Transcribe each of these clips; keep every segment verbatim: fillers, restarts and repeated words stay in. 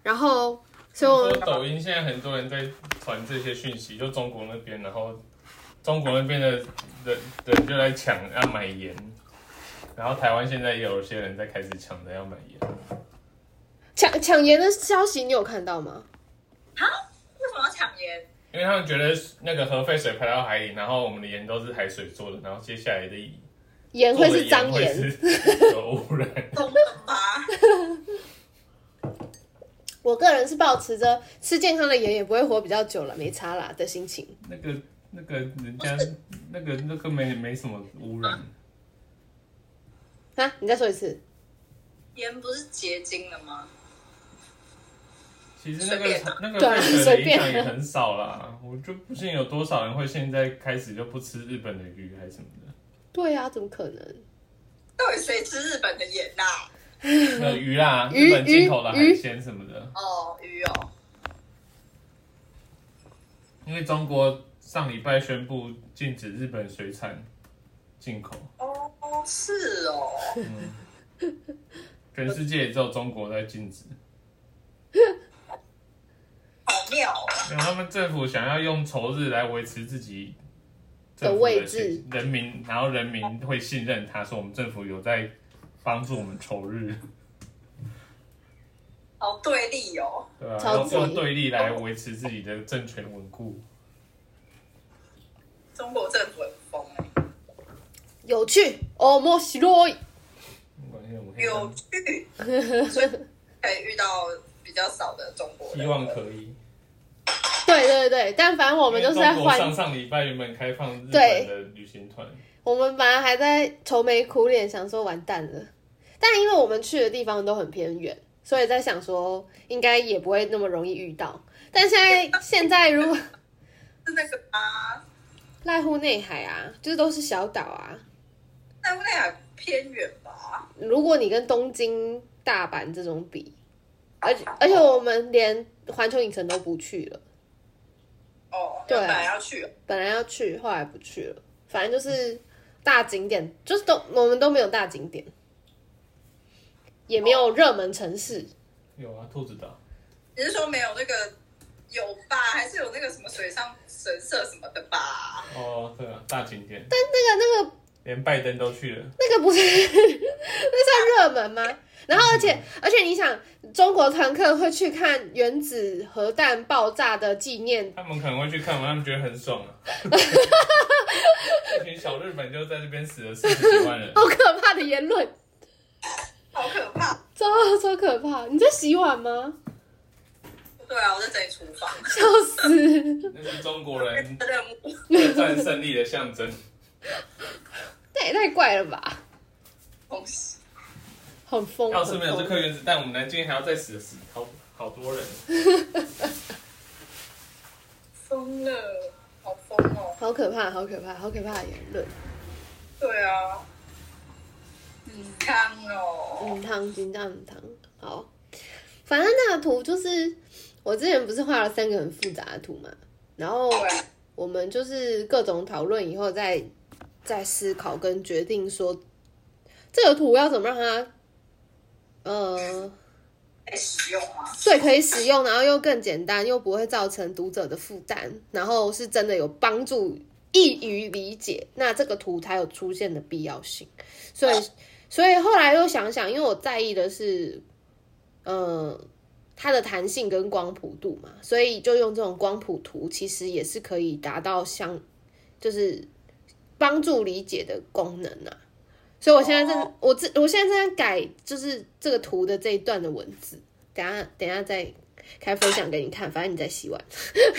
然后所以我说抖音现在很多人在传这些讯息，就中国那边，然后中国那边的人人就在抢要买盐，然后台湾现在也有些人在开始抢着要买盐。 抢抢盐的消息你有看到吗？ 啊？为什么要抢盐？ 因为他们觉得那个核废水排到海里，然后我们的盐都是海水做的，然后接下来的盐会是脏盐， 有污染。 懂了吧？ 我个人是抱持着吃健康的盐也不会活比较久了，没差啦的心情。 那个那个人家那个那个没没什么污染。 啊，你再说一次。 盐不是结晶了吗？ 其实那个那个废水的影响也很少啦，我就不信有多少人会现在开始就不吃日本的鱼还是什么的。 对啊，怎么可能？ 到底谁吃日本的盐呐、啊？ 那鱼啦，日本进口的海鲜什么的。 哦，鱼哦。 因为中国上礼拜宣布禁止日本水产进口。 哦，是哦。 嗯，全世界也只有中国在禁止。 好妙哦！ 因为他们政府想要用仇日来维持自己的位置， 人民，然后人民会信任他，说我们政府有在帮助我们仇日。 好对立哦， 对啊，用用对立来维持自己的政权稳固。 中国政府很疯哎、欸， 有趣，哦，面白い， 有趣，所以可以遇到比较少的中国人。 希望可以。 对对对，但反正我们就是在换。 上上礼拜原本开放日本的旅行团， 我们本来还在愁眉苦脸，想说完蛋了，但因为我们去的地方都很偏远。所以在想说，应该也不会那么容易遇到。但现在现在如果是那个啊， 濑户内海啊，就是都是小岛啊。 濑户内海偏远吧？ 如果你跟东京、大阪这种比，而且而且我们连环球影城都不去了。 哦， 对、啊， 本来要去， 本来要去，后来不去了。反正就是大景点，就是都我们都没有大景点。也没有热门城市， 有啊，兔子岛。 你是说没有那个有吧？还是有那个什么水上神社什么的吧？ 哦，对啊，大景点。 但那个那个连拜登都去了， 那个不是那算热门吗？然后而且、嗯、而且你想，中国团客会去看原子核弹爆炸的纪念， 他们可能会去看，他们觉得很爽啊。一群小日本就在这边死了四十几万人， 好可怕的言论。 好可怕， 超超可怕！你在洗碗吗？ 对啊，我在整理厨房。 笑死！ 那是中国人任务热战胜利的象征。 那也太怪了吧！ 恭喜， 很疯。 要是没有这颗原子弹，我们南京还要再死死好好多人。 疯了，好疯哦！ 好可怕，好可怕，好可怕的言论。 对啊。嗯汤哦， 嗯汤金蛋汤，好，反正那个图就是我之前不是画了三个很复杂的图嘛，然后我们就是各种讨论以后再再思考跟决定说这个图要怎么让它呃可以使用吗？ 对，可以使用，然后又更简单，又不会造成读者的负担，然后是真的有帮助，易于理解，那这个图才有出现的必要性，所以。所以后来又想想，因为我在意的是，呃，它的弹性跟光谱度嘛，所以就用这种光谱图，其实也是可以达到相，就是帮助理解的功能啊。所以我现在正，我这我现在正在改，就是这个图的这一段的文字，等一下等一下再开分享给你看，反正你在洗碗。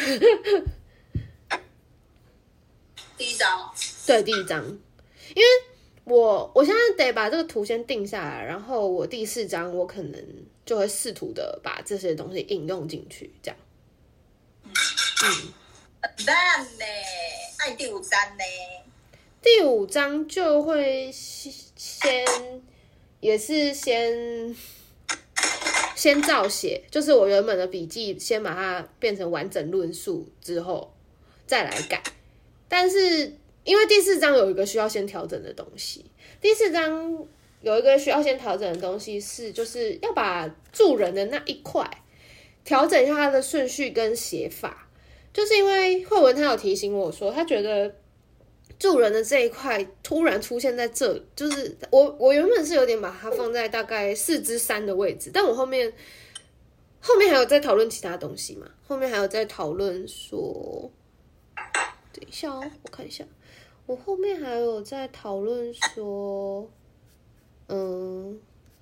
第一张， 对，第一张，因为。我我现在得把这个图先定下来，然后我第四章我可能就会试图的把这些东西应用进去，这样。 嗯，很赞呢。那你第五章呢？ 第五章就会先也是先先照写，就是我原本的笔记先把它变成完整论述之后再来改，但是。因为第四章有一个需要先调整的东西，第四章有一个需要先调整的东西是，就是要把助人的那一块调整一下它的顺序跟写法，就是因为慧文他有提醒我说，他觉得助人的这一块突然出现在这，就是我我原本是有点把它放在大概四之三的位置，但我后面后面还有在讨论其他东西嘛，后面还有在讨论说，等一下哦，我看一下，我后面还有在讨论说，嗯。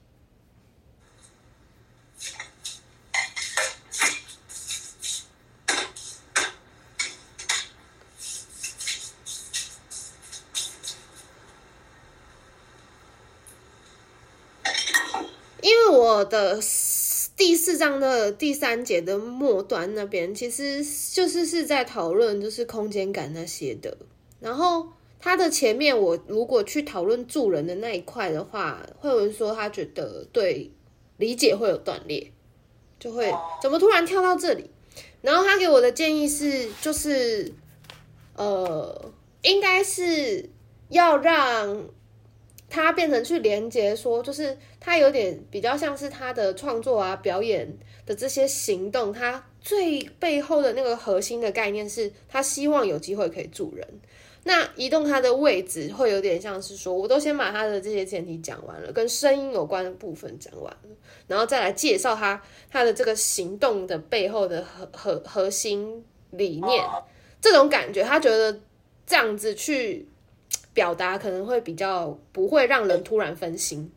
因为我的第四章的第三节的末端那边，其实就是是在讨论就是空间感那些的。然后他的前面，我如果去讨论助人的那一块的话，慧文说他觉得对理解会有断裂，就会怎么突然跳到这里？然后他给我的建议是，就是呃，应该是要让。他变成去连接说，就是他有点比较像是他的创作啊、表演的这些行动，他最背后的那个核心的概念是他希望有机会可以助人。那移动他的位置会有点像是说，我都先把他的这些前提讲完了，跟声音有关的部分讲完了，然后再来介绍他他的这个行动的背后的核核核心理念，这种感觉，他觉得这样子去。表达可能会比较不会让人突然分心，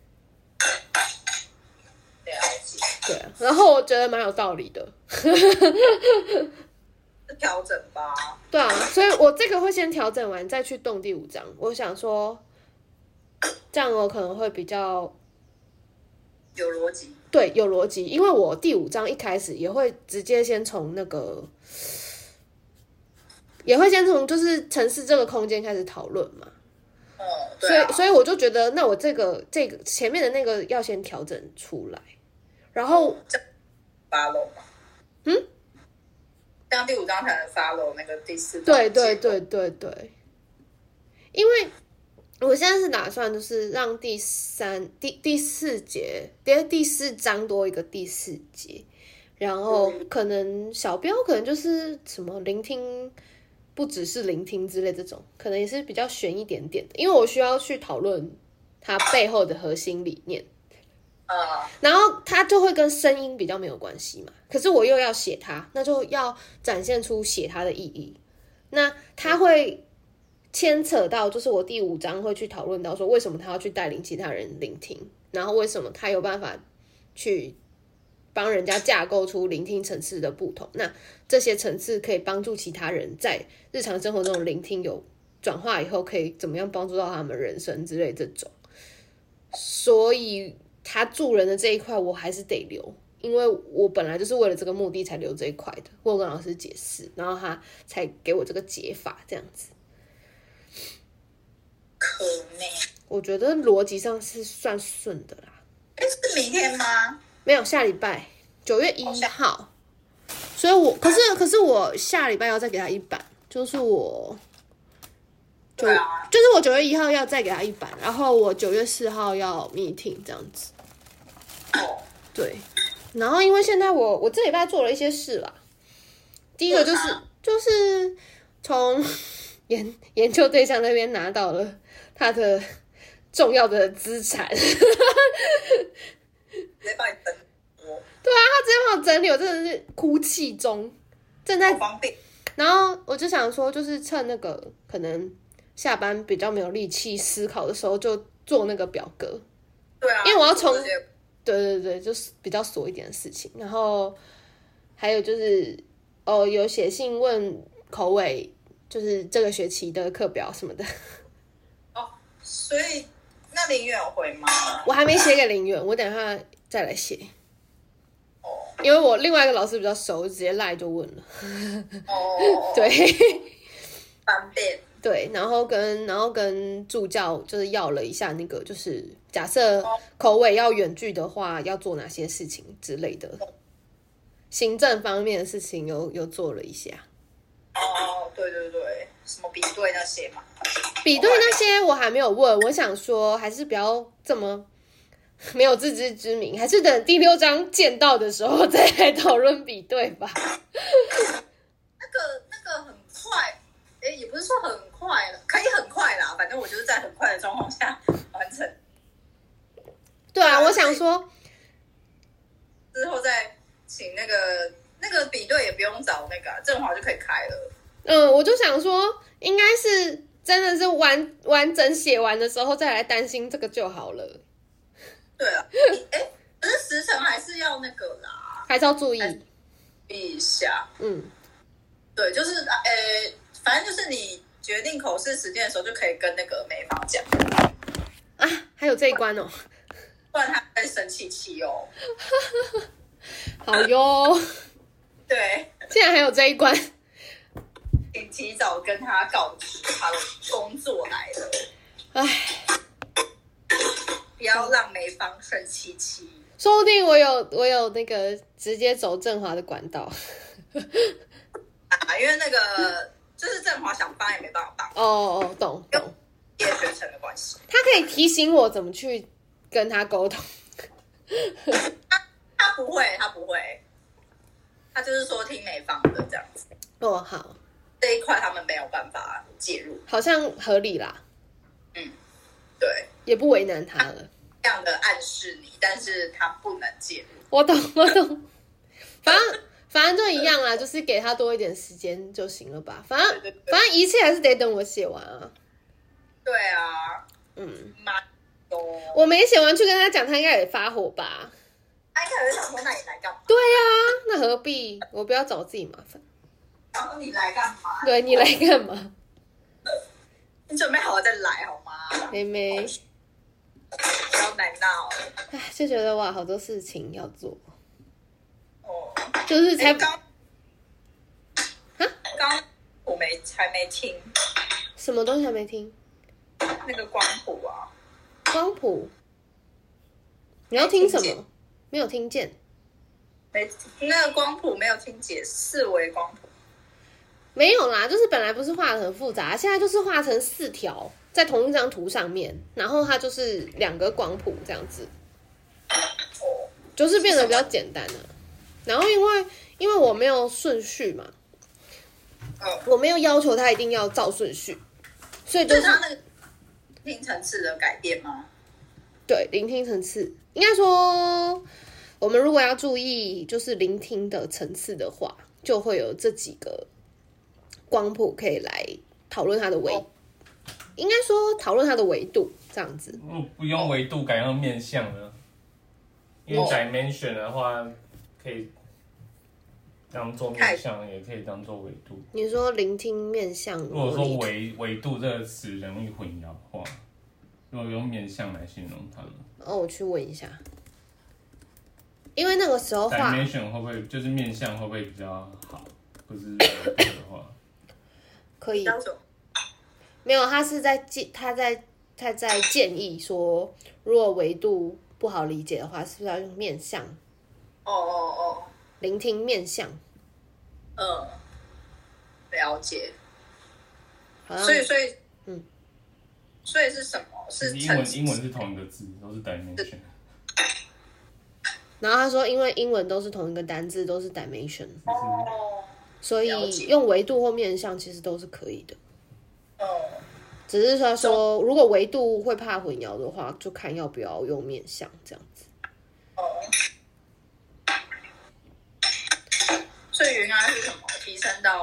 对，然后我觉得蛮有道理的， 调整吧。 对啊，所以我这个会先调整完再去动第五章。我想说，这样我可能会比较有逻辑， 对，有逻辑，因为我第五章一开始也会直接先从那个。也会先从就是城市这个空间开始讨论嘛， 嗯，对啊、 所以所以我就觉得，那我这个这个前面的那个要先调整出来，然后 follow 嘛， 嗯， 这样第五章才能 follow 那个第四章。 对对对对对，因为我现在是打算就是让第三第第四节，第第四章多一个第四节，然后可能小标可能就是什么聆听。不只是聆听之类这种，可能也是比较悬一点点的，因为我需要去讨论它背后的核心理念， 呃， 然后它就会跟声音比较没有关系嘛。可是我又要写它，那就要展现出写它的意义。那它会牵扯到，就是我第五章会去讨论到说，为什么他要去带领其他人聆听，然后为什么他有办法去。帮人家架构出聆听层次的不同，那这些层次可以帮助其他人在日常生活中的聆听有转化以后，可以怎么样帮助到他们人生之类这种。所以他助人的这一块我还是得留，因为我本来就是为了这个目的才留这一块的。我有跟老师解释，然后他才给我这个解法，这样子。 可美， 我觉得逻辑上是算顺的啦。 哎，是明天吗？ 没有，下礼拜九月一号，所以我可是可是我下礼拜要再给他一版，就是我，就、 啊、 就是我九月一号要再给他一版，然后我九月四号要 meeting 这样子。 哦， 对，然后因为现在我我这礼拜做了一些事啦，第一个就是就是从研研究对象那边拿到了他的重要的资产。 直接帮你整理。 对啊，他直接帮我整理，我真的是哭泣中，正在方便。 然后我就想说，就是趁那个可能下班比较没有力气思考的时候，就做那个表格。 对啊， 因为我要从对对对，就是比较琐一点的事情。然后还有就是哦，有写信问口尾，就是这个学期的课表什么的。 哦，所以那林远有回吗？ 我还没写给林远，我等一下再来写。 哦， 因为我另外一个老师比较熟，我直接赖就问了。 哦， 对， 方便。 对，然后跟然后跟助教就是要了一下那个，就是假设口尾要远距的话，要做哪些事情之类的，行政方面的事情有有做了一下。 哦，对对对，什么比对那些嘛？ 比对那些我还没有问，我想说还是不要这么没有自知之明，还是等第六章见到的时候再来讨论比对吧。 那个那个很快，哎，也不是说很快了，可以很快啦，反正我就是在很快的状况下完成。 对啊，我想说之后再请那个那个比对也不用找那个、啊、振华就可以开了。 嗯，我就想说，应该是真的是完完整写完的时候再来担心这个就好了。 对啊，哎，可是时辰还是要那个啦， 还是要注意一下。 嗯， 对，就是呃，反正就是你决定口试时间的时候，就可以跟那个美方讲啊，还有这一关哦。 不然他会生气气哦。 好哟， 对， 竟然还有这一关， 请提早跟他告知他的工作来了。 唉， 不要让美方生气气。 说不定我有我有那个直接走振华的管道。 啊，因为那个就是振华想帮也没办法帮。 哦哦，懂懂。 毕业学成的关系， 他可以提醒我怎么去跟他沟通。 他他不会，他不会，他就是说听美方的这样子。 哦，好， 这一块他们没有办法介入， 好像合理啦。 嗯，对， 也不为难他了。 这样的暗示你，但是他不能介入。 我懂，我懂。反正反正就一样啦，就是给他多一点时间就行了吧。反正对对对反正一切还是得等我写完啊。 对啊， 嗯， 妈多， 我没写完去跟他讲，他应该也发火吧？ 他应该会想说，那你来干嘛？ 对呀、啊，那何必？我不要找自己麻烦。 然后你来干嘛？ 对你来干嘛？ 你准备好了再来好吗？ 妹妹， 不要来闹唉，就觉得哇，好多事情要做， 哦。 就是才哎刚啊， 刚我没还没听什么东西还没听？ 那个光谱啊， 光谱，你要听什没听见么？没有听见。 没那个光谱没有听解四维光谱。 没有啦，就是本来不是画的很复杂，现在就是画成四条在同一张图上面，然后它就是两个光谱这样子， 哦， 就是变得比较简单了。然后因为因为我没有顺序嘛， 嗯， 我没有要求它一定要照顺序，所以就就是是他那个听层次的改变吗？ 对聆听层次，应该说我们如果要注意就是聆听的层次的话，就会有这几个光谱可以来讨论它的维， 哦应该说讨论它的维度这样子。 如果不用维度改用面向呢？因为哦 dimension 的话可以当做面向，也可以当做维度。 你说聆听面向， 如果说维维度这个词容易混淆的话，如果用面向来形容它呢哦，我去问一下，因为那个时候画 ，dimension 会不会就是面向会不会比较好？不是维度的话， 可以叫什么？ 没有，他是在建，他在他在建议说，如果维度不好理解的话，是不是要用面向哦哦哦， 聆听面向？ 嗯，了解。 好像所以所以嗯， 所以是什么？是英层次文英文是同一个字，都是 dimension。 然后他说，因为英文都是同一个单字，都是 dimension， 哦， 所以了解用维度或面向其实都是可以的。 嗯， 只是说说，如果维度会怕混淆的话，就看要不要用面向这样子。 哦。所以原来是什么？提升到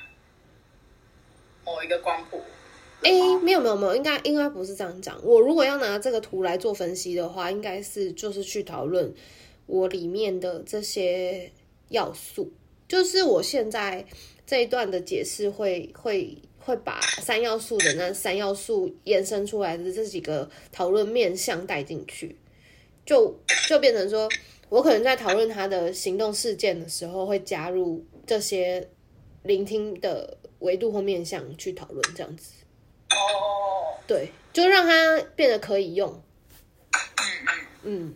某一个光谱？ 哎，没有没有没有，应该应该不是这样讲。我如果要拿这个图来做分析的话，应该是就是去讨论我里面的这些要素，就是我现在这一段的解释会会会把三要素的那三要素延伸出来的这几个讨论面向带进去，就就变成说我可能在讨论他的行动事件的时候，会加入这些聆听的维度或面向去讨论这样子。 哦， 对，就让它变得可以用。 嗯嗯， 嗯，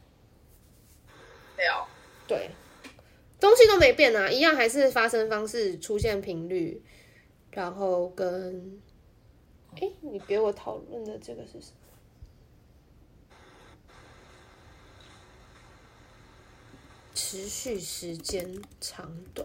了。 对，东西都没变啊，一样还是发生方式、出现频率，然后跟，哎，你给我讨论的这个是什么？ 持续时间长短，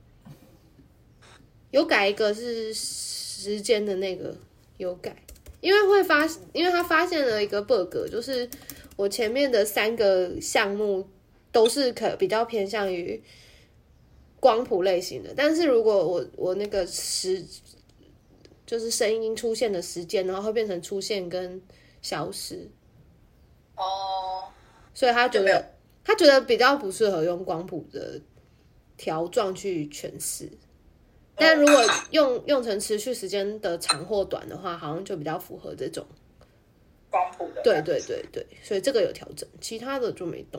有改一个是时间的那个有改，因为会发，因为他发现了一个 bug， 就是我前面的三个项目都是可比较偏向于光谱类型的，但是如果我我那个时就是声音出现的时间，然后会变成出现跟消失。 哦， 所以他觉得他觉得比较不适合用光谱的条状去诠释，但如果用用成持续时间的长或短的话，好像就比较符合这种光谱的。 对对对对，所以这个有调整，其他的就没动。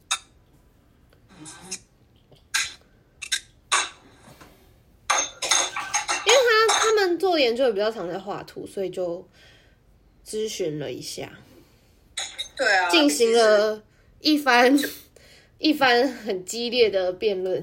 因为他他们做研究也比较常在画图，所以就咨询了一下。 对啊， 进行了一番一番很激烈的辩论。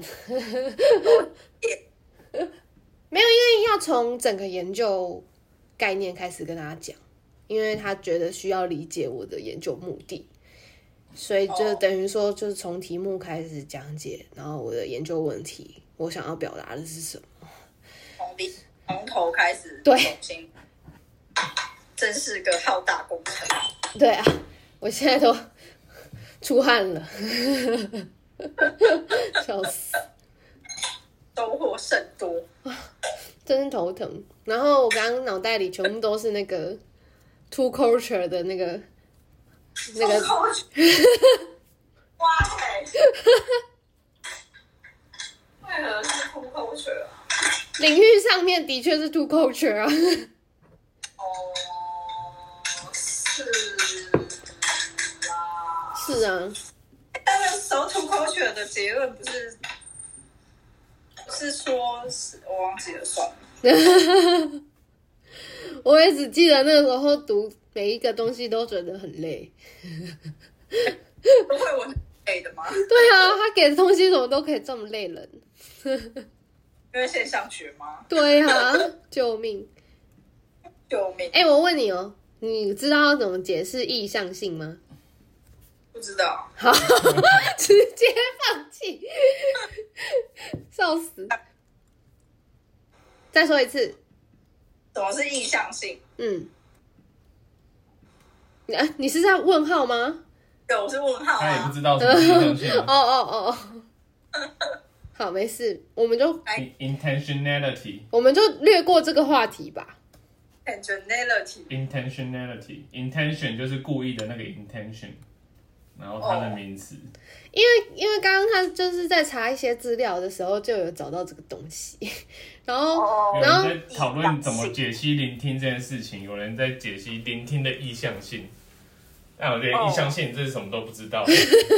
没有，因为要从整个研究概念开始跟大家讲，因为他觉得需要理解我的研究目的，所以就等于说就是从题目开始讲解，然后我的研究问题，我想要表达的是什么， 从第从头开始， 对， 重新，真是个浩大工程。 对啊，我现在都出汗了，笑死， 收获甚多， 真是头疼。然后我刚刚脑袋里全部都是那个 two culture 的那个那个， 哇塞，为何是 two culture 啊？ 领域上面的确是 two culture 啊。 哦，是啦， 是啊。 但那时候 two culture 的结论不是不是说是我忘记了，算了。 我也只记得那个时候读每一个东西都觉得很累。 不会我很累的吗？ 对啊，他给的东西怎么都可以这么累人？ 因为线上学吗？ 对啊，救命！ 救命！ 哎、欸，我问你哦，你知道要怎么解释意向性吗？ 不知道。 好，直接放弃，笑死！再说一次， 什么是意向性？ 嗯，啊，你是在问号吗？ 对，我是问号啊。 他也不知道什么是意向性哦哦哦，好，没事，我们就 intentionality， 我们就略过这个话题吧。 intentionality， intentionality intention 就是故意的那个 intention， 然后它的名词。 Oh. 因为因为刚刚他就是在查一些资料的时候就有找到这个东西，然后、 oh. 然后有人在讨论怎么解析聆听这件事情，有人在解析聆听的意向性，但我连意向性这是什么都不知道。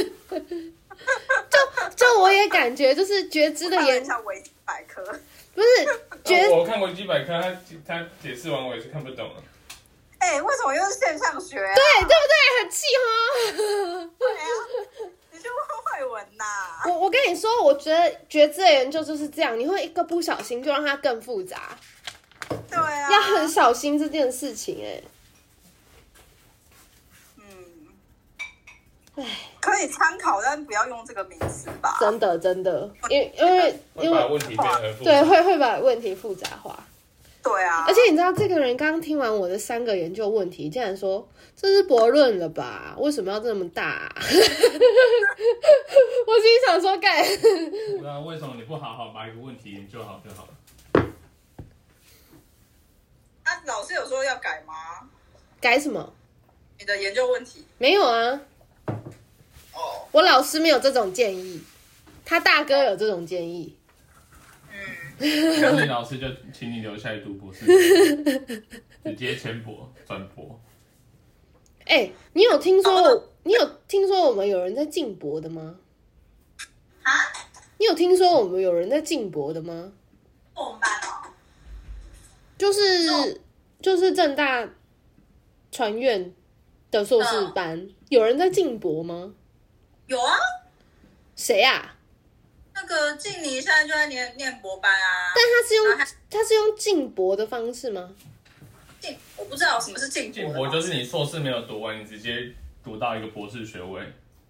就就我也感觉就是觉知的研， 像维基百科， 不是觉、 哦、我看维基百科，他他解释完我也是看不懂了。 哎、欸，为什么又是线上学、啊？ 对对不对？很气哈。 对啊，你就问慧文呐、啊。 我我跟你说，我觉得觉知的研究就是这样，你会一个不小心就让它更复杂。 对啊， 要很小心这件事情哎、欸。 嗯，可以参考，但不要用这个名词吧。 真的真的，因为因为因为会把问题变得很复杂。 对，会会把问题复杂化。 对啊， 而且你知道，这个人刚刚听完我的三个研究问题，竟然说这是悖论了吧？为什么要这么大、啊？我心里想说，干。 那为什么你不好好把一个问题研究好就好了？ 啊，老师有说要改吗？ 改什么？ 你的研究问题没有啊。 哦， 我老师没有这种建议，他大哥有这种建议。 相信老师就请你留下来读博士，直接签博转博。 哎、欸，你有听说我？你有听说我们有人在进博的吗？ 啊？ 你有听说我们有人在进博的吗？ 我们班哦， 就是、 哦、 就是政大传院的硕士班，嗯、有人在进博吗？ 有啊。 谁啊？ 那个静妮现在就在念念博班啊， 但他是用他是用进博的方式吗？ 进我不知道什么是进博。 进博就是你硕士没有读完，你直接读到一个博士学位。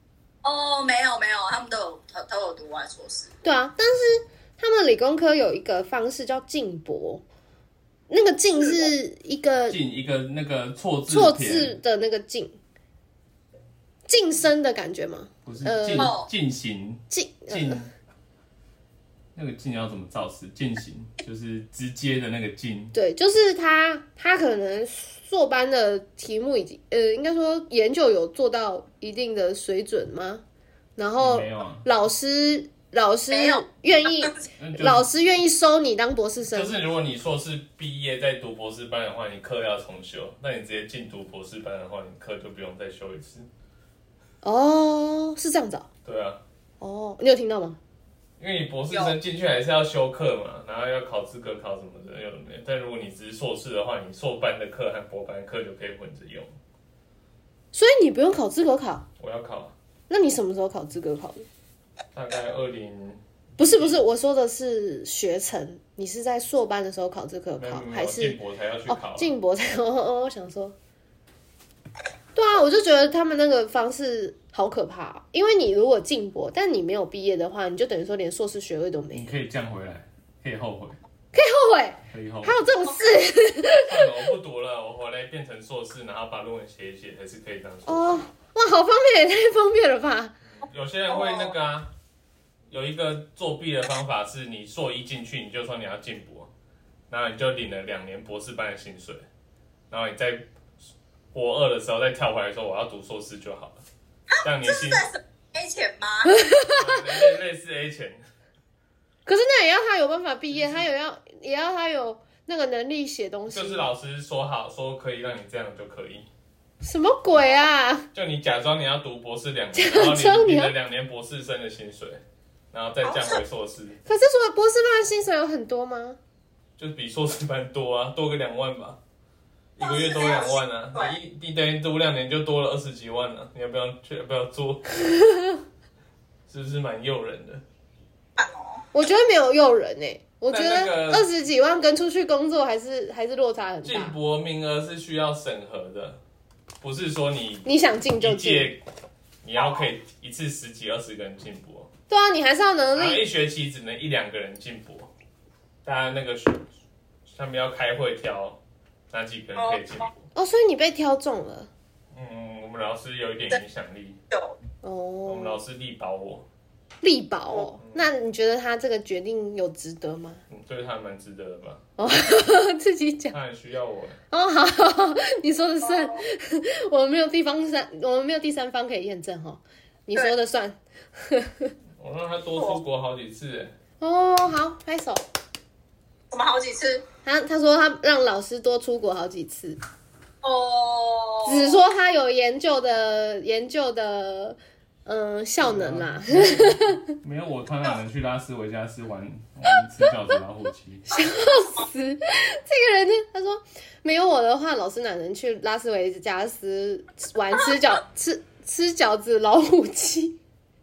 哦，没有没有，他们都有都都有读完硕士。 对啊，但是他们理工科有一个方式叫进博，那个进是一个进一个那个错字错字的那个进，晋升的感觉吗？ 不是进呃进行进进。 呃那个进要怎么造词？进行就是直接的那个进。 对，就是他，他可能硕班的题目已经，呃，应该说研究有做到一定的水准吗？然后没有啊， 老师老师没有愿意， 就是老师愿意收你当博士生， 就是如果你硕士毕业再读博士班的话，你课要重修；那你直接进读博士班的话，你课就不用再修一次。 哦，是这样子哦。 对啊， 哦，你有听到吗？ 因为你博士生进去还是要修课嘛，然后要考资格考什么的，有的没。但如果你只是硕士的话，你硕班的课和博班课就可以混着用。 所以你不用考资格考， 我要考， 那你什么时候考资格考的？ 大概二零不是不是，我说的是学程，你是在硕班的时候考资格考，还是进博才要去考、 哦啊？ 进博才？哦哦，我想说，对啊，我就觉得他们那个方式好可怕、哦，因为你如果进博，但你没有毕业的话，你就等于说连硕士学位都没有。 你可以降回来，可以后悔， 后悔， 可以后悔。 还有这种事算了，我不读了，我回来变成硕士，然后把论文写一写，还是可以当硕士。 哦，哇，好方便，也太方便了吧？ 有些人会那个啊，有一个作弊的方法是，你硕一进去，你就说你要进博，然后你就领了两年博士班的薪水，然后你在博二的时候再跳回来说我要读硕士就好了，这样你薪这是在 A 钱吗？ 类类似 A 钱。 可是那也要他有办法毕业，他也要也要他有那个能力写东西。 就是老师说好说可以让你这样就可以， 什么鬼啊？ 就你假装你要读博士两年，然后你领了两年博士生的薪水，然后再降回硕士， 可是除了博士班的薪水有很多吗？ 就比硕士班多啊，多个两万吧，一个月多两万啊，你一你等于读两年就多了二十几万啊，你要不要去？要不要做？是不是蛮诱人的？ 我觉得没有诱人诶、我觉但那个得二十几万跟出去工作还是还是落差很进大。 博名额是需要审核的，不是说你你想进就进， 一届你要可以一次十几二十个人进博， 对啊，你还是要能力。 然后一学期只能一两个人进博，大家那个他们要开会挑哪几个人可以进博。 哦，所以你被挑中了。 嗯，我们老师有一点影响力， 有我们哦， 老师力保我， 力保哦。那你觉得他这个决定有值得吗？ 嗯，对他蛮值得的吧？ 哦，自己讲。 他很需要我。 哦，好，好好你说的算，我们没有地方三，我们没有第三方可以验证哈。你说的算。 我让他多出国好几次，哎， 哦，好，拍手。 怎么好几次？ 他他说他让老师多出国好几次， 哦， 只说他有研究的研究的嗯、呃效能啦。 没有我，他哪能去拉斯维加斯玩玩吃饺子老虎机？ 死这个人呢？他说没有我的话，老师哪能去拉斯维加斯玩吃饺吃吃饺子老虎机？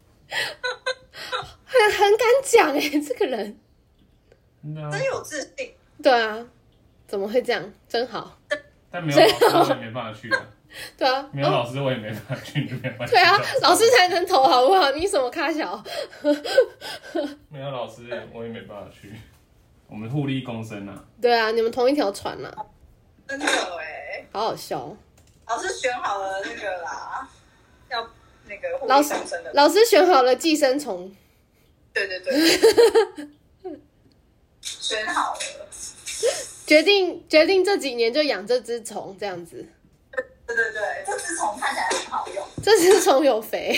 很很敢讲哎、欸，这个人。 真有自信。 对啊，怎么会这样？真好。 但没有老师我也没办法去啊， 对啊， 没有老师我也没办法去那边玩。 对啊，老师才能投好不好？你什么咖小？ 没有老师我也没办法去，我们互利共生啊。 对啊，你们同一条船啦、啊， 真的哎， 好好笑哦。 老师选好了那个啦，要那个互老师利共生的。 老师选好了寄生虫， 对对对，选好了。 决定决定这几年就养这只虫，这样子。 对对对，这只虫看起来很好用。 这只虫有肥，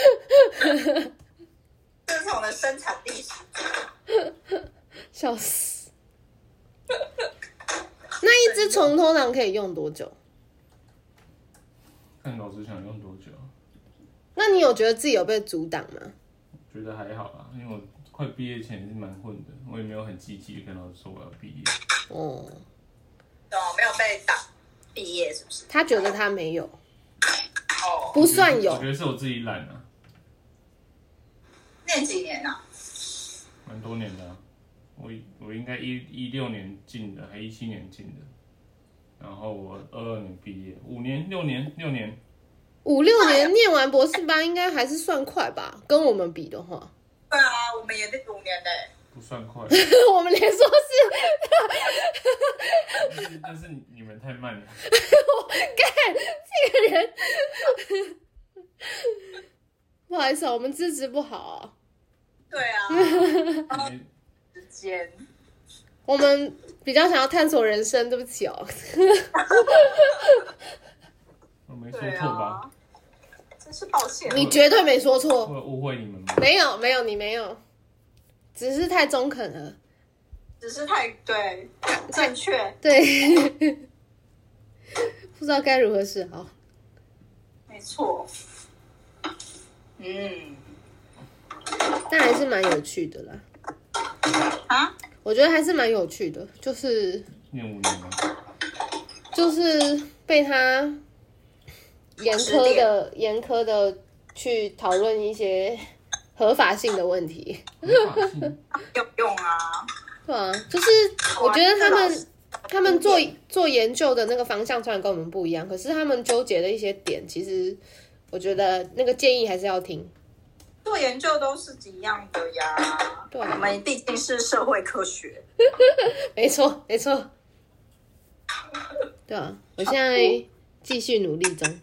这只虫的生产历史， 笑死。那一只虫通常可以用多久？ 看老师想用多久？ 那你有觉得自己有被阻挡吗？ 觉得还好啦，因为我快毕业前是蛮混的，我也没有很积极的跟老师说我要毕业。 哦， 哦，没有被挡毕业是不是？ 他觉得他没有， 哦， 不算有我觉。得是我自己懒啊， 念几年啊？ 蛮多年的、啊。我我应该一一六年进的，还一七年进的，然后我二二年毕业，五年六年六年五六年念完博士班应该还是算快吧，跟我们比的话。 对啊，我们也是五年嘞。 不算快， 我们连硕士， 但是但是你们太慢了。 我干这个人，不好意思、啊，我们资质不好啊。 对啊，时间， 我们比较想要探索人生，对不起哦。 我没说错吧？ 啊、真是抱歉。 你绝对没说错。 我误会你们吗？ 没有没有，你没有。只是太中肯了， 只是太对正确， 对，不知道该如何是好。 没错，嗯， 但还是蛮有趣的啦。 啊， 我觉得还是蛮有趣的，就是念五年吗？ 就是被他严苛的严苛的去讨论一些合法性的问题。 有用啊， 对啊，就是我觉得他们他们做做研究的那个方向虽然跟我们不一样，可是他们纠结的一些点，其实我觉得那个建议还是要听。 做研究都是一样的呀， 对啊， 我们毕竟是社会科学。 没错，没错。对啊，我现在继续努力中。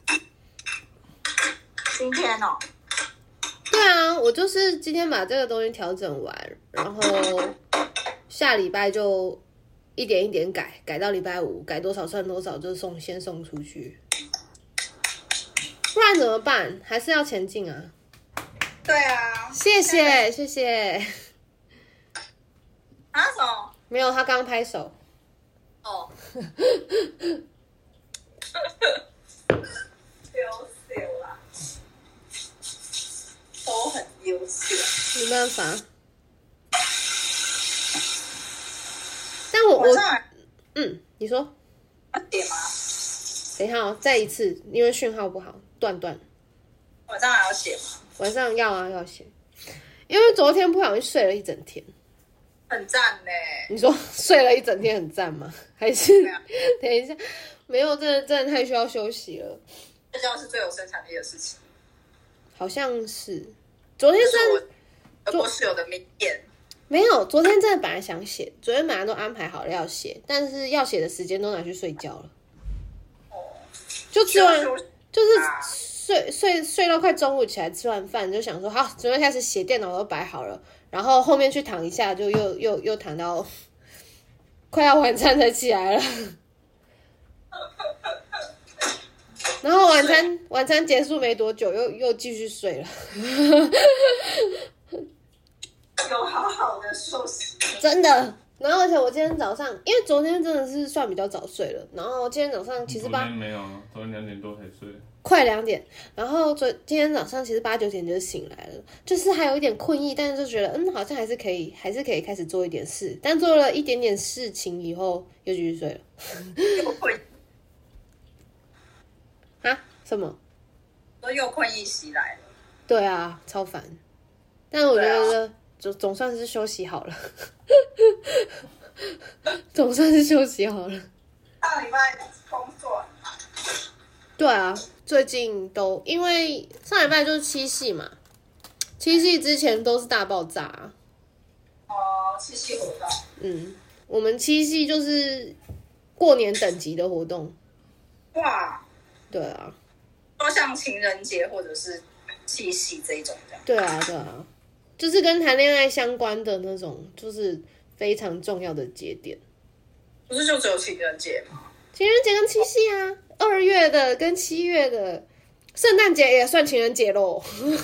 今天哦。 对啊，我就是今天把这个东西调整完，然后下礼拜就一点一点改，改到礼拜五，改多少算多少，就送先送出去。不然怎么办？还是要前进啊！ 对啊， 谢谢谢谢。 啊什么？ 没有，他刚拍手。 哦。优秀啦，都很优秀。 没办法。但我我嗯，你说。 要写吗？ 等一下哦，再一次，因为讯号不好，断断。 晚上还要写吗？ 晚上要啊，要写。因为昨天不小心睡了一整天。 很赞呢。 你说睡了一整天很赞吗？还是、 啊、 等一下，没有，真的真的太需要休息了。 睡觉是最有生产力的事情。 好像是，昨天真的我室友的名言。 没有，昨天真的本来想写，昨天本来都安排好了要写，但是要写的时间都拿去睡觉了。 哦， 就吃完就是睡睡睡到快中午起来，吃完饭就想说好，准备开始写，电脑都摆好了，然后后面去躺一下，就又又又躺到快要晚餐才起来了。然后晚餐晚餐结束没多久，又又继续睡了。 有好好的休息， 真的。然后而且我今天早上，因为昨天真的是算比较早睡了，然后今天早上其实八昨天没有啊，昨天两点多才睡， 快两点。然后昨今天早上其实八九点就醒来了，就是还有一点困意，但是就觉得嗯，好像还是可以，还是可以开始做一点事。但做了一点点事情以后，又继续睡了。 又困啊？什么？ 说又困意袭来了。 对啊，超烦。但我觉得总总算是休息好了，总算是休息好了。 上礼拜工作。 对啊，最近都因为上礼拜就是七夕嘛，七夕之前都是大爆炸、啊。 哦，七夕活动。 嗯，我们七夕就是过年等级的活动。 哇。 对啊。 说像情人节或者是七夕这一种的。 对啊，对啊，就是跟谈恋爱相关的那种，就是非常重要的节点。 不是就只有情人节吗？ 情人节跟七夕啊，二月的跟七月的，圣诞节也算情人节咯。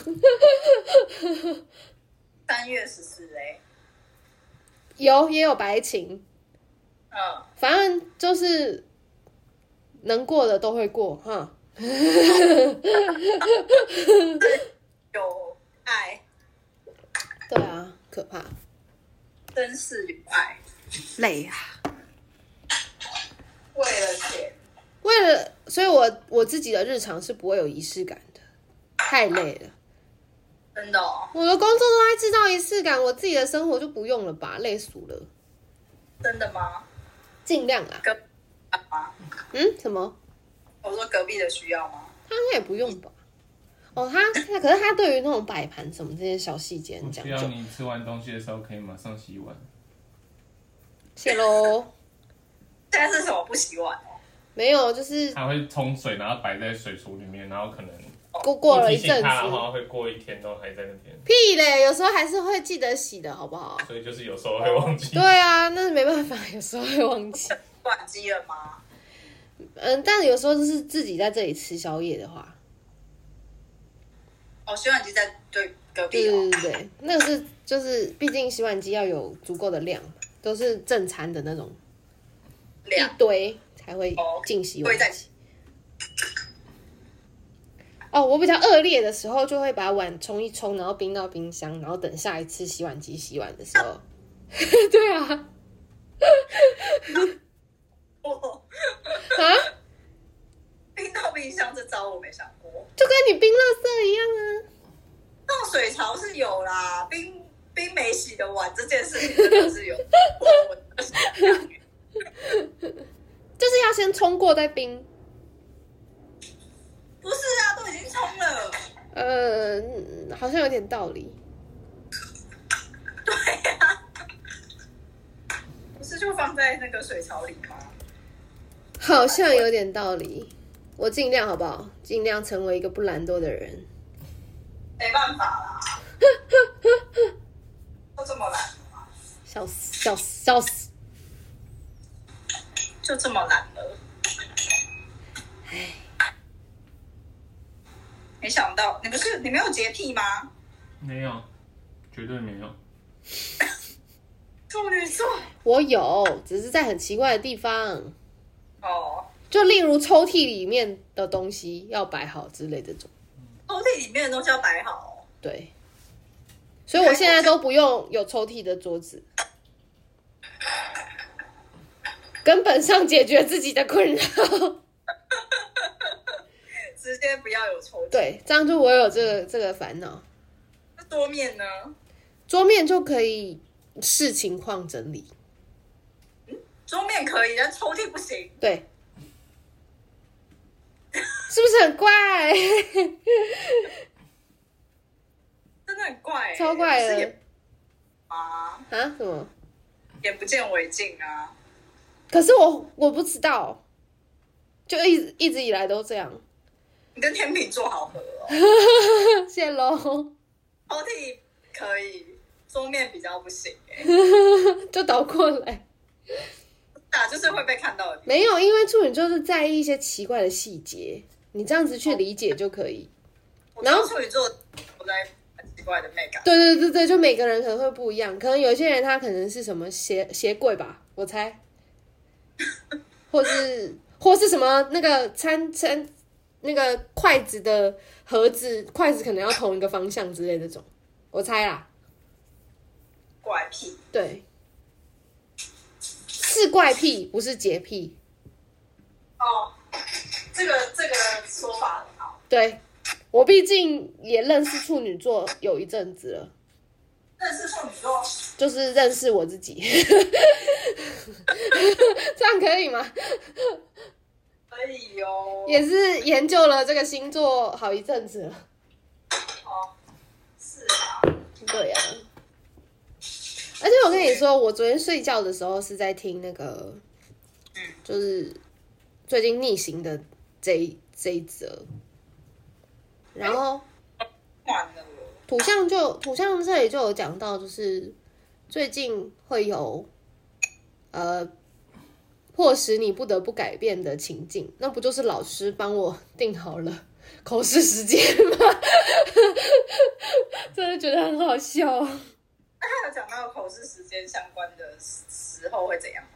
三月十四嘞。 有也有白情。 嗯。 反正就是能过的都会过哈。 有爱。 对啊，可怕。 真是有爱。 累啊。 为了钱。 为了，所以我我自己的日常是不会有仪式感的，太累了。 真的哦。 我的工作都在制造仪式感，我自己的生活就不用了吧，累死了。 真的吗？ 尽量啦。 隔壁吗？ 嗯？什么？ 我说隔壁的需要吗？ 他应该也不用吧？哦，他他可是他对于那种摆盘什么这些小细节很讲究。 需要你吃完东西的时候可以马上洗碗。 谢喽。 现在是什么不洗碗哦？ 没有，就是它会冲水，然后摆在水橱里面，然后可能过过了一阵子， 它的话会过一天都还在那边。 屁嘞，有时候还是会记得洗的，好不好？ 所以就是有时候会忘记。 对啊，那没办法，有时候会忘记。 洗碗机了吗？ 嗯，但有时候就是自己在这里吃宵夜的话， 哦，洗碗机在对隔壁对哦。 对对对，那个是就是毕竟洗碗机要有足够的量，都是正餐的那种一量堆才会进洗碗会在机。哦，我比较恶劣的时候，就会把碗冲一冲，然后冰到冰箱，然后等下一次洗碗机洗碗的时候。对啊。 哦啊？ 冰到冰箱这招我没想过， 就跟你冰垃圾一样啊。 放水槽是有啦，冰冰没洗的碗这件事情真的是有。 就是要先冲过再冰。 不是啊，都已经冲了。 呃，好像有点道理。 对呀、啊，不是就放在那个水槽里吗？ 好像有点道理。我尽量好不好？尽量成为一个不懒惰的人。 没办法啦，都这么懒了， 笑死，笑死，笑死！ 就这么懒了。 唉， 没想到你不是你没有洁癖吗？ 没有，绝对没有。 处女座。 我有，只是在很奇怪的地方。 哦， 就例如抽屉里面的东西要摆好之类的这种。 抽屉里面的东西要摆好、哦。 对，所以我现在都不用有抽屉的桌子，根本上解决自己的困扰。 直接不要有抽屉。 对，这样就我有这个这个烦恼。 那桌面呢？ 桌面就可以视情况整理。 桌面可以，但抽屉不行。 对，是不是很怪？ 真的很怪、欸， 超怪的的啊！ 啊？什么？ 眼不见为净啊！ 可是我我不知道，就一直一直以来都这样。 你跟天秤座好合哦。 谢喽。 抽屉可以，桌面比较不行哎、 就倒过来。 啊，就是会被看到的地方。 没有，因为处女座是在意一些奇怪的细节，你这样子去理解就可以。 然后处女座我在很奇怪的美感。 对对对对，就每个人可能会不一样，可能有些人他可能是什么鞋鞋柜吧，我猜，或是或是什么那个餐餐那个筷子的盒子，筷子可能要同一个方向之类的这种，我猜啦。 怪癖。 对，是怪癖，不是洁癖。 哦，这个这个说法很好。 对，我毕竟也认识处女座有一阵子了。 认识处女座， 就是认识我自己。这样可以吗？ 可以哦。 也是研究了这个星座好一阵子了。 哦，是啊。 对啊。而且我跟你说，我昨天睡觉的时候是在听那个，就是最近逆行的这一这一则，然后完了。 土象就土象这里就有讲到，就是最近会有呃迫使你不得不改变的情境，那不就是老师帮我定好了口试时间吗？真的觉得很好笑。 那他有讲到口试时间相关的时候会怎样吗？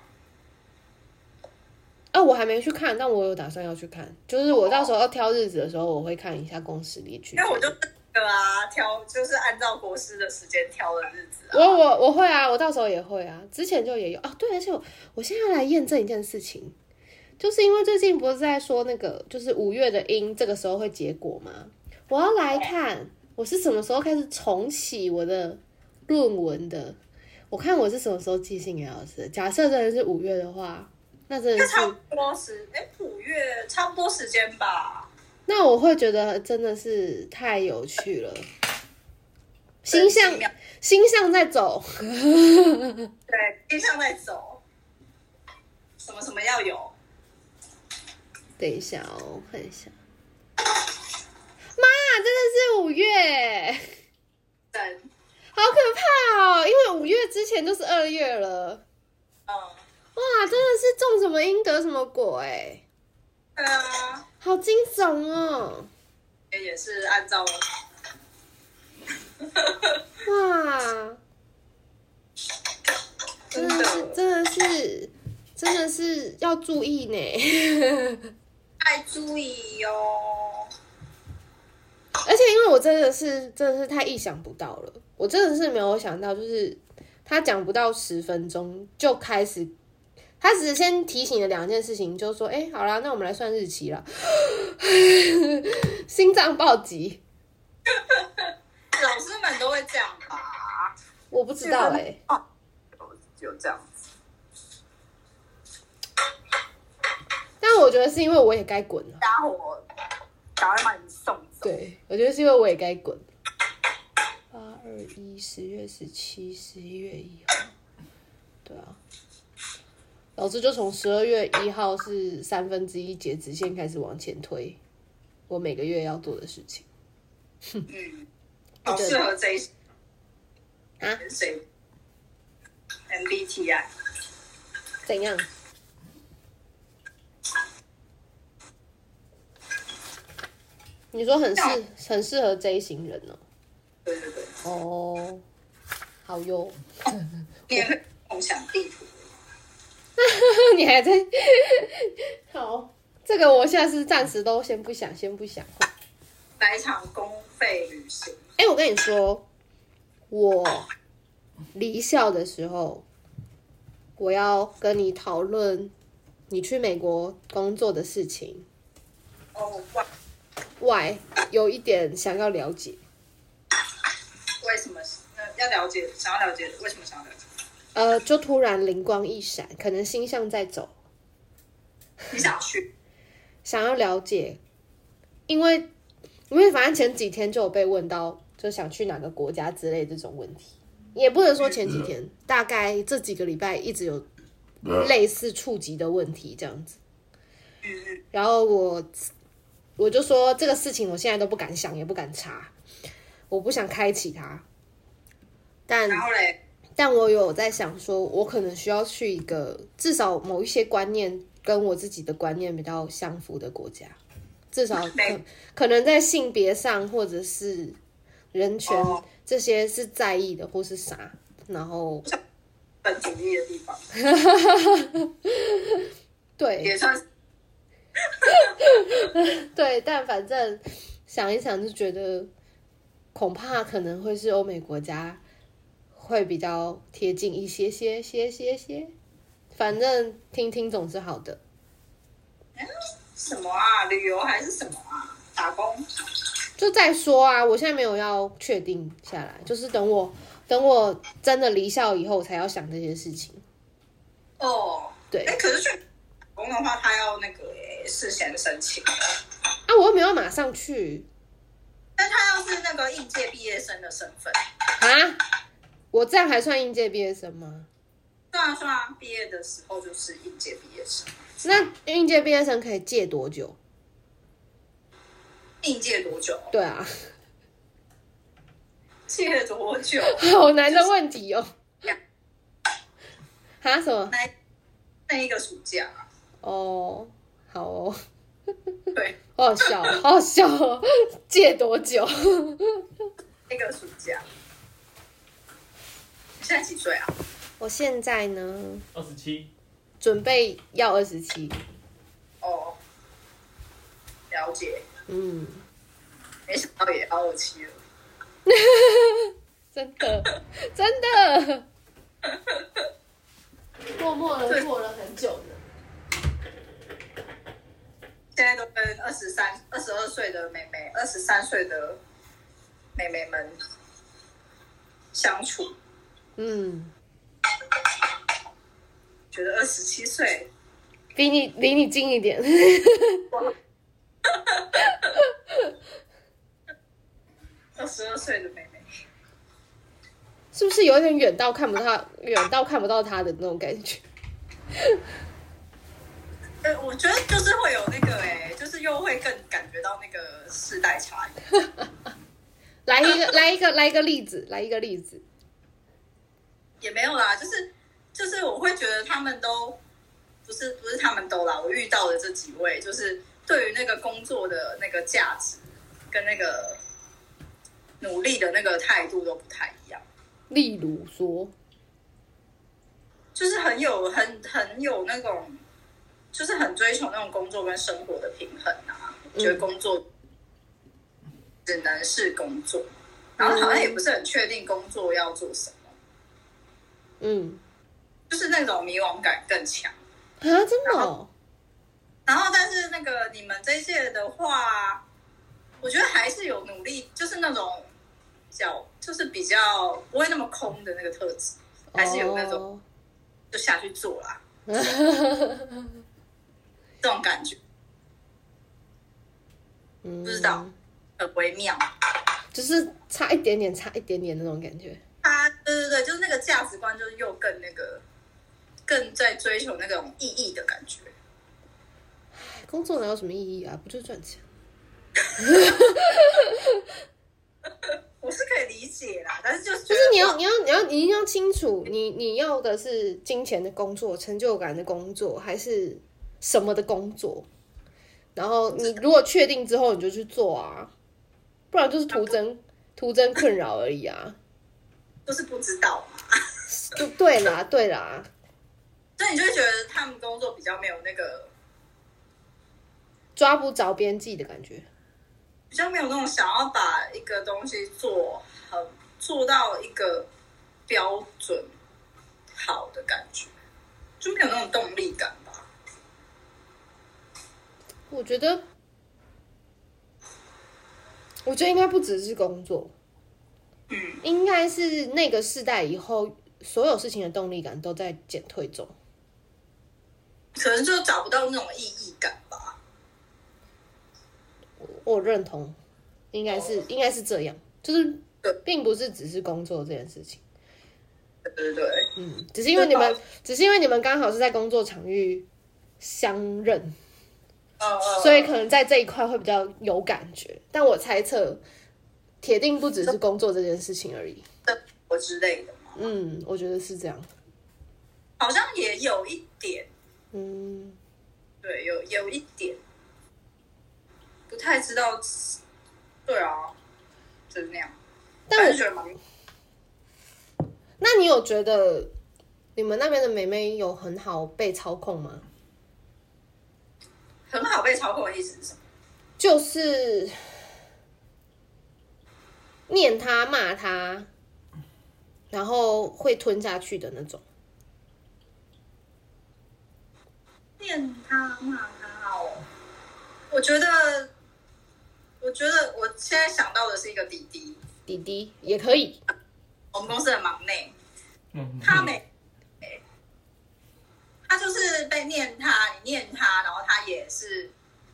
啊，我还没去看，但我有打算要去看。就是我到时候要挑日子的时候，我会看一下公司里去。 因为我就那个啊，挑就是按照国师的时间挑的日子啊。 我我我会啊，我到时候也会啊，之前就也有啊。对，而且我我现在来验证一件事情，就是因为最近不是在说那个，就是五月的音这个时候会结果吗？我要来看我是什么时候开始重启我的论文的。我看我是什么时候寄信给老师的。假设真的是五月的话，那真的是差不多时哎，五月差不多时间吧。 那我会觉得真的是太有趣了，星象星象在走， 对，星象在走，什么什么要有。 等一下哦，我看一下，妈，真的是五月， 真， 好可怕哦！因为五月之前就是二月了， 嗯， 哇，真的是种什么因得什么果哎， 对啊， 好惊悚哦！ 也是按照， 哇，真的是真的是真的是要注意呢， 爱注意哟、哦。 而且因为我真的是真的是太意想不到了，我真的是没有想到，就是他讲不到十分钟就开始，他只是先提醒了两件事情，就说：“哎、欸，好啦，那我们来算日期了。”心脏暴击。 老师们都会这样吧？ 我不知道哎、欸， 哦，有这样子。 但我觉得是因为我也该滚了。 家伙，赶快把你送走。 对，我觉得是因为我也该滚。八二一，十月十七，十一月一号。对啊，老师就从十二月一号是三分之一截止线开始往前推，我每个月要做的事情。 嗯，好适合这一啊？ 谁 ？M B T I 怎样？你说很适很适合这一型人哦。 对对对。 哦，好哟。 你也会共享地图。 你还在？好，这个我现在是暂时都先不想，先不想。 来一场公费旅行。 哎、欸，我跟你说，我离校的时候，我要跟你讨论你去美国工作的事情。 哦，哇！ 外有一点想要了解， 为什么要了解？想要了解，为什么想要了解？ 呃，就突然灵光一闪，可能星象在走。 你想去？ 想要了解，因为因为反正前几天就有被问到，就想去哪个国家之类这种问题，也不能说前几天，大概这几个礼拜一直有类似触及的问题这样子。然后我。我就说这个事情我现在都不敢想，也不敢查，我不想开启它。但然后嘞， 但我有在想说，我可能需要去一个至少某一些观念跟我自己的观念比较相符的国家，至少可可能在性别上或者是人权、哦、这些是在意的，或是啥，然后本主义的地方， 对， 也算是。 对，但反正想一想就觉得，恐怕可能会是欧美国家会比较贴近一些些些些些，反正听听总是好的。 什么啊？旅游还是什么啊？打工？ 就再说啊！我现在没有要确定下来，就是等我等我真的离校以后，我才要想这些事情。 哦， 对。 哎，可是去打工的话，他要那个诶事先申请。 啊，我又没有马上去。 但他要是那个应届毕业生的身份啊？我这样还算应届毕业生吗？ 算啊算啊，毕业的时候就是应届毕业生。 那应届毕业生可以借多久？ 应届多久？ 对啊， 借多久？ 好难的问题哦。哈、就是、什么？ 那那一个暑假、啊。 哦，好哦。 对， 好好笑，好好笑哦！借多久？ 一个暑假。你现在几岁啊？ 我现在呢？ 二十七。 准备要二十七。 哦，了解。 嗯， 没想到也要二七了。 真的，真的，默默的过了很久呢。 现在都跟二十三、二十二岁的妹妹、二十三岁的妹妹们相处。 嗯， 觉得二十七岁比你离你近一点。 二十二岁的妹妹， 是不是有点远到看不到远到看不到她的那种感觉？ 呃，我觉得就是会有那个哎、欸，就是又会更感觉到那个世代差异。 来一个，来一个，来一个例子，来一个例子。 也没有啦，就是就是我会觉得他们都不是不是他们都啦，我遇到的这几位，就是对于那个工作的那个价值跟那个努力的那个态度都不太一样。 例如说， 就是很有很很有那种。就是很追求那种工作跟生活的平衡啊， 嗯、 觉得工作只能是工作，然后好像也不是很确定工作要做什么， 嗯， 就是那种迷惘感更强啊，真的、哦然。然后，但是那个你们这一届的话，我觉得还是有努力，就是那种较就是比较不会那么空的那个特质，还是有那种就下去做啦。这种感觉，不知道，很微妙， 就是差一点点，差一点点那种感觉。 他，对对对，就是那个价值观，就是又更那个，更在追求那种意义的感觉。 工作哪有什么意义啊？不就是赚钱？ 我是可以理解啦，但是就是就是你要你要你要你一定要清楚，你你要的是金钱的工作、成就感的工作，还是什么的工作？然后你如果确定之后，你就去做啊，不然就是徒增徒增困扰而已啊。 就是不知道嘛。 就对啦，对啦。 所以你就会觉得他们工作比较没有那个抓不着边际的感觉。 比较没有那种想要把一个东西做很做到一个标准好的感觉，就没有那种动力感吧。 我觉得，我觉得应该不只是工作， 嗯， 应该是那个世代以后所有事情的动力感都在减退中， 可能就找不到那种意义感吧。 我认同，应该是、哦、应该是这样，就是并不是只是工作这件事情。 对对对， 嗯，只是因为你们，只是因为你们刚好是在工作场域相认， 呃、 所以可能在这一块会比较有感觉。但我猜测，铁定不只是工作这件事情而已， 我之类的嘛。 嗯，我觉得是这样。 好像也有一点， 嗯， 对，有有一点。不太知道，对啊，就是那样。但我觉得蛮…… 那你有觉得你们那边的妹妹有很好被操控吗？ 很好被操控的意思是什么？ 就是念他、骂他，然后会吞下去的那种。 念他、骂他哦，我觉得。我觉得我现在想到的是一个弟弟， 弟弟也可以。 我们公司的忙内， 嗯， 他没，他就是被念他，你念他，然后他也是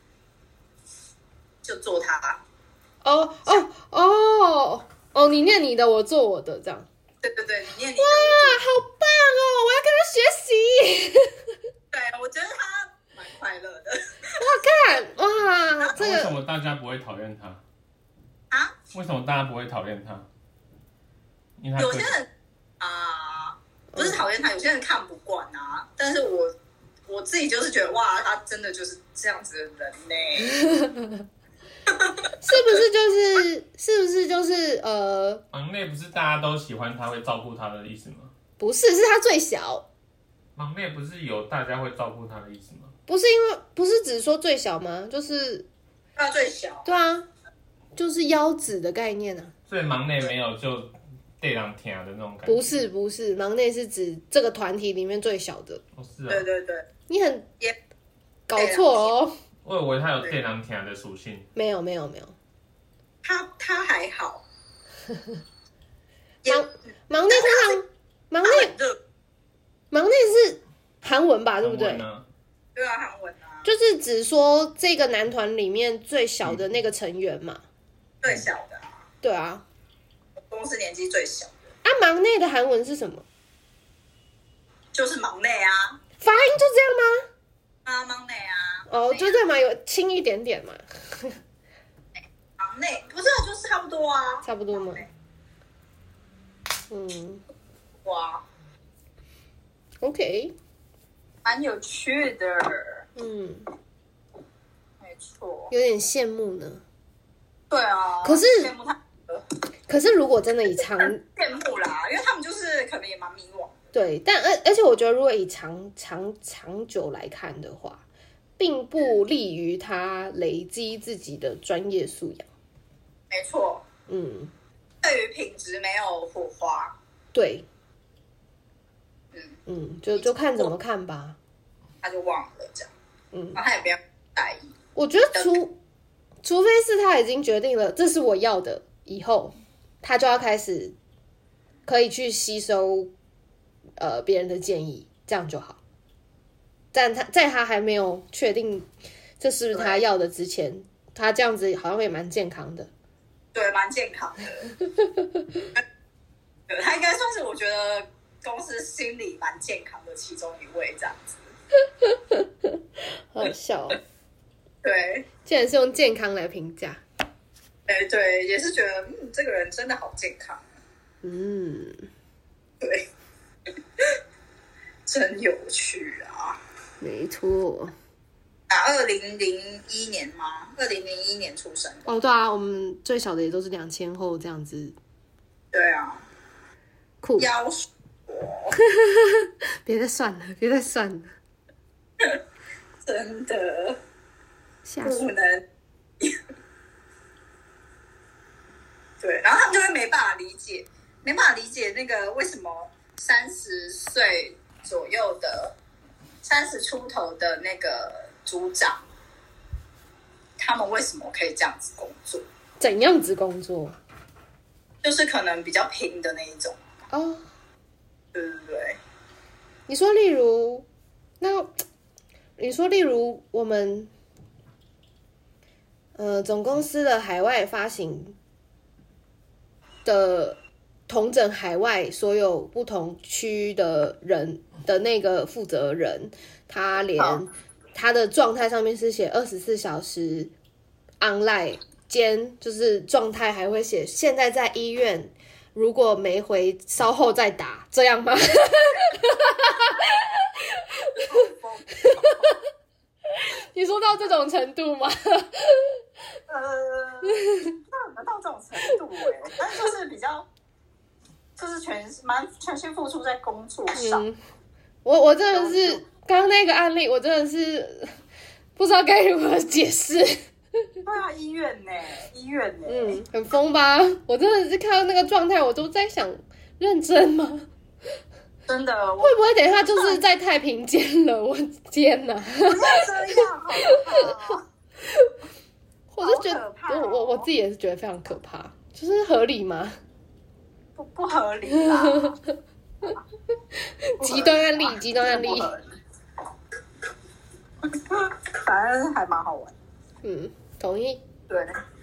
就做他。 哦哦哦哦，你念你的，我做我的，这样。 对对对，你念你的。 哇，好棒哦！我要跟他学习。 对，我觉得他蛮快乐的。 哇，看哇，这个为什么大家不会讨厌他啊？ 为什么大家不会讨厌他？因为他有些人啊、呃，不是讨厌他，有些人看不惯啊。但是我我自己就是觉得，哇，他真的就是这样子的人呢。 是不是就是是不是就是呃？ 忙内不是大家都喜欢他，会照顾他的意思吗？ 不是，是他最小。 忙内不是有大家会照顾他的意思吗？ 不是因为不是只说最小吗？就是他最小。 对啊，就是腰子的概念啊。 所以忙内没有就对人听的那种感觉。 不是不是，忙内是指这个团体里面最小的。 哦是啊。 对对对。 你很也搞错哦。 我以为他有对人听的属性。 没有没有没有。 他他还好。 忙忙内通常忙内忙内是韩文吧，对不对？ 对啊，韩文啊。 就是只说这个男团里面最小的那个成员嘛。 最小的、啊。 对啊， 公司年纪最小的。 啊，忙内的韩文是什么？ 就是忙内啊， 发音就这样吗？ 啊，忙内啊。 哦，就这样嘛，有轻一点点嘛。 忙内不是啊，就是差不多啊。 差不多吗？嗯， 哇 ，OK， 蛮有趣的。 嗯， 没错。 有点羡慕呢。 对啊。 可是羡慕他。 可是如果真的以长羡慕啦，因为他们就是可能也蛮迷惘。 对，但而而且我觉得，如果以长长长久来看的话，并不利于他累积自己的专业素养。 没错。 嗯， 对于品质没有火花。 对。 嗯嗯，就就看怎么看吧。 他就忘了这样。 嗯， 然后他也不要在意。 我觉得除除非是他已经决定了这是我要的，以后他就要开始可以去吸收呃别人的建议，这样就好。但他在他还没有确定这是不是他要的之前，他这样子好像也蛮健康的。 对，蛮健康的。对，他应该算是我觉得公司心理蛮健康的其中一位，这样子。 好笑。 对， 竟然是用健康来评价。 对对，也是觉得嗯，这个人真的好健康。 嗯， 对，真有趣啊。 没错。 啊，二零零一年吗？二零零一年出生的。 哦，对啊，我们最小的也都是两千后这样子。 对啊， 酷。 要说， 别再算了，别再算了。 真的下不能。对，然后他们就会没办法理解，没办法理解那个为什么三十岁左右的、三十出头的那个组长，他们为什么可以这样子工作？ 怎样子工作？ 就是可能比较拼的那一种。 哦， 对对对。 你说，例如，那你说，例如我们呃总公司的海外发行的统整海外所有不同区的人的那个负责人，他连他的状态上面是写二十四小时 online 兼就是状态还会写现在在医院，如果没回稍后再打，这样吗？你说到这种程度吗？ 呃，那能到这种程度哎、欸，但是就是比较，就是全蛮全心付出在工作上。嗯、 我我真的是刚刚那个案例，我真的是不知道该如何解释。 对啊，医院呢、欸，医院呢、欸， 嗯，很疯吧？我真的是看到那个状态，我都在想，认真吗？ 真的， 会不会等一下就是在太平间了？我天哪！ 不要这样，好可怕！ 我是觉得，我我我自己也是觉得非常可怕，就是合理吗？ 不不合理啦！ 极端案例，极端案例。 反正还蛮好玩。 嗯，同意。 对。